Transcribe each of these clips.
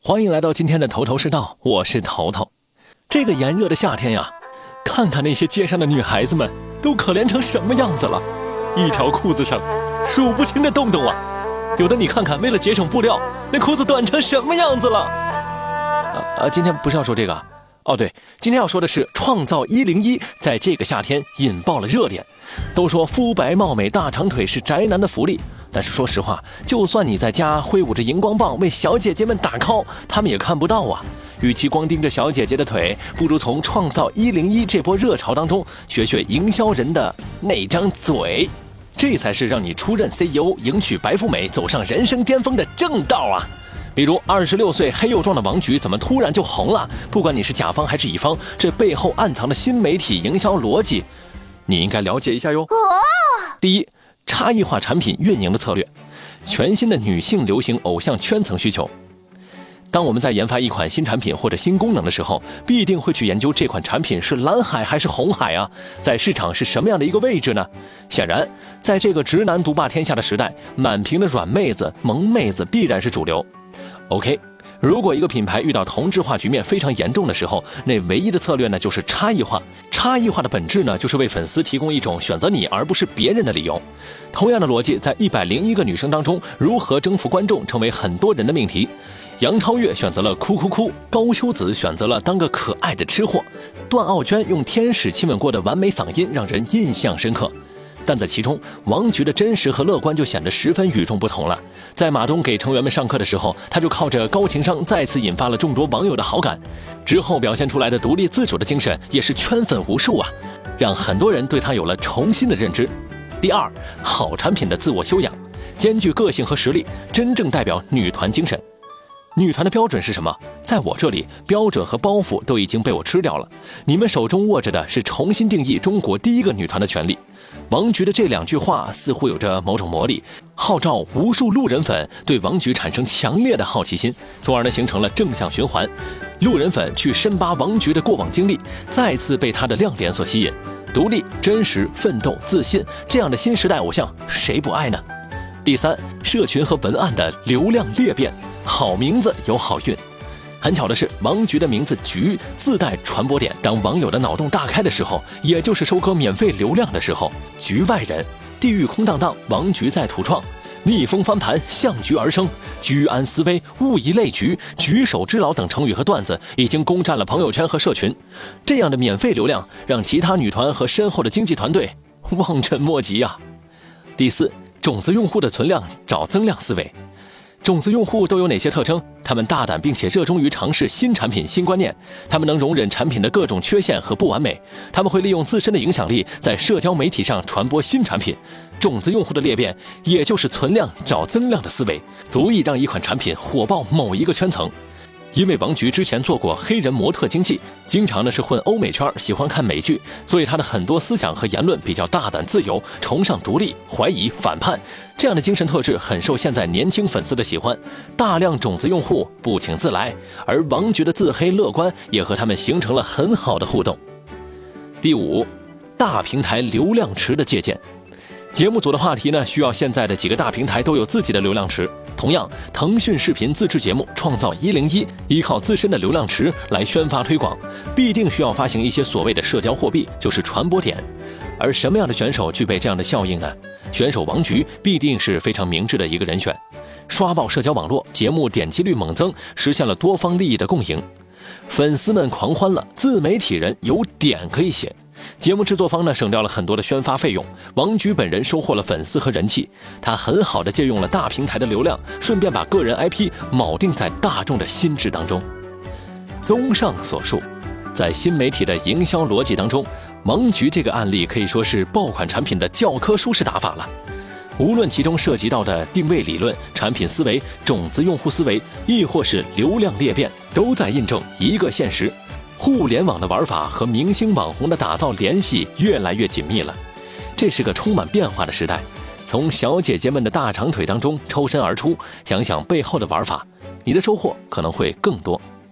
欢迎来到今天的头头是道，我是头头。这个炎热的夏天呀，看看那些街上的女孩子们都可怜成什么样子了，一条裤子上数不清的洞洞啊，有的你看看为了节省布料，那裤子短成什么样子了。今天不是要说这个哦，对，今天要说的是创造101在这个夏天引爆了热点。都说肤白貌美大长腿是宅男的福利，但是说实话，就算你在家挥舞着荧光棒为小姐姐们打 call， 他们也看不到啊。与其光盯着小姐姐的腿，不如从创造101这波热潮当中学学营销人的那张嘴，这才是让你出任 CEO 迎娶白富美走上人生巅峰的正道啊。比如26岁黑又壮的王菊怎么突然就红了，不管你是甲方还是乙方，这背后暗藏的新媒体营销逻辑你应该了解一下哟。第一，差异化产品运营的策略，全新的女性流行偶像圈层需求。当我们在研发一款新产品或者新功能的时候，必定会去研究这款产品是蓝海还是红海啊，在市场是什么样的一个位置呢？显然，在这个直男独霸天下的时代，满屏的软妹子、萌妹子必然是主流。OK， 如果一个品牌遇到同质化局面非常严重的时候，那唯一的策略呢就是差异化。差异化的本质呢，就是为粉丝提供一种选择你而不是别人的理由。同样的逻辑，在101个女生当中，如何征服观众成为很多人的命题。杨超越选择了哭哭哭，高秋子选择了当个可爱的吃货，段奥娟用天使亲吻过的完美嗓音让人印象深刻。但在其中，王菊的真实和乐观就显得十分与众不同了。在马东给成员们上课的时候，他就靠着高情商再次引发了众多网友的好感，之后表现出来的独立自主的精神也是圈粉无数啊，让很多人对他有了重新的认知。第二，好产品的自我修养，兼具个性和实力，真正代表女团精神。女团的标准是什么？在我这里，标准和包袱都已经被我吃掉了。你们手中握着的是重新定义中国第一个女团的权利。王菊的这2句话似乎有着某种魔力，号召无数路人粉对王菊产生强烈的好奇心，从而呢形成了正向循环。路人粉去深扒王菊的过往经历，再次被她的亮点所吸引。独立、真实、奋斗、自信，这样的新时代偶像，谁不爱呢？第三，社群和文案的流量裂变，好名字有好运。很巧的是，王菊的名字菊自带传播点，当网友的脑洞大开的时候，也就是收割免费流量的时候，局外人，地狱空荡荡，王菊在土创，逆风翻盘，向局而生，居安思危，物以类聚，举手之劳等成语和段子已经攻占了朋友圈和社群。这样的免费流量让其他女团和深厚的经纪团队望尘莫及啊。第四，种子用户的存量找增量思维。种子用户都有哪些特征？他们大胆并且热衷于尝试新产品、新观念，他们能容忍产品的各种缺陷和不完美，他们会利用自身的影响力在社交媒体上传播新产品。种子用户的裂变，也就是存量找增量的思维，足以让一款产品火爆某一个圈层。因为王菊之前做过黑人模特经纪，经常是混欧美圈，喜欢看美剧，所以她的很多思想和言论比较大胆自由，崇尚独立、怀疑、反叛，这样的精神特质很受现在年轻粉丝的喜欢，大量种子用户不请自来，而王菊的自黑乐观也和他们形成了很好的互动。第五，大平台流量池的借鉴。节目组的话题呢，需要现在的几个大平台都有自己的流量池。同样，腾讯视频自制节目创造101依靠自身的流量池来宣发推广，必定需要发行一些所谓的社交货币，就是传播点。而什么样的选手具备这样的效应呢？选手王菊必定是非常明智的一个人选，刷爆社交网络，节目点击率猛增，实现了多方利益的共赢，粉丝们狂欢了，自媒体人有点可以写。节目制作方呢省掉了很多的宣发费用，王菊本人收获了粉丝和人气，他很好的借用了大平台的流量，顺便把个人 IP 铆定在大众的心智当中。综上所述，在新媒体的营销逻辑当中，王菊这个案例可以说是爆款产品的教科书式打法了。无论其中涉及到的定位理论、产品思维、种子用户思维，亦或是流量裂变，都在印证一个现实：互联网的玩法和明星网红的打造联系越来越紧密了。这是个充满变化的时代，从小姐姐们的大长腿当中抽身而出，想想背后的玩法，你的收获可能会更多。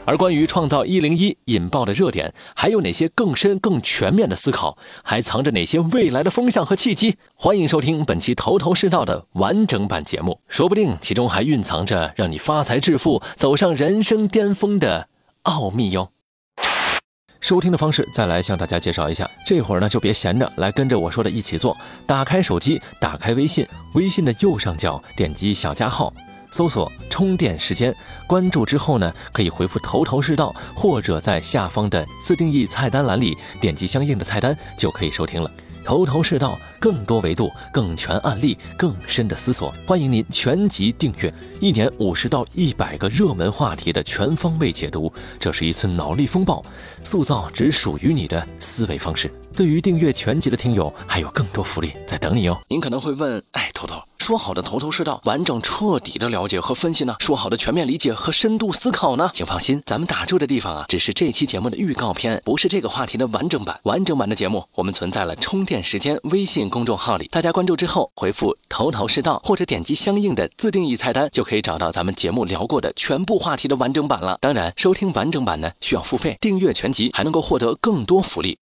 而关于创造101引爆的热点，还有哪些更深更全面的思考，还藏着哪些未来的风向和契机？欢迎收听本期头头是道的完整版节目，说不定其中还蕴藏着让你发财致富、走上人生巅峰的奥秘哟。收听的方式再来向大家介绍一下，这会儿呢就别闲着，来跟着我说的一起做。打开手机，打开微信，微信的右上角点击小加号，搜索充电时间，关注之后呢，可以回复头头是道，或者在下方的自定义菜单栏里点击相应的菜单就可以收听了。头头是道，更多维度，更全案例，更深的思索，欢迎您全集订阅，1年50到100个热门话题的全方位解读，这是一次脑力风暴，塑造只属于你的思维方式。对于订阅全集的听友，还有更多福利在等你哦。您可能会问，头头，说好的头头是道，完整彻底的了解和分析呢？说好的全面理解和深度思考呢？请放心，咱们打住的地方只是这期节目的预告片，不是这个话题的完整版。完整版的节目我们存在了充电时间微信公众号里，大家关注之后回复头头是道，或者点击相应的自定义菜单，就可以找到咱们节目聊过的全部话题的完整版了。当然，收听完整版呢需要付费，订阅全集还能够获得更多福利。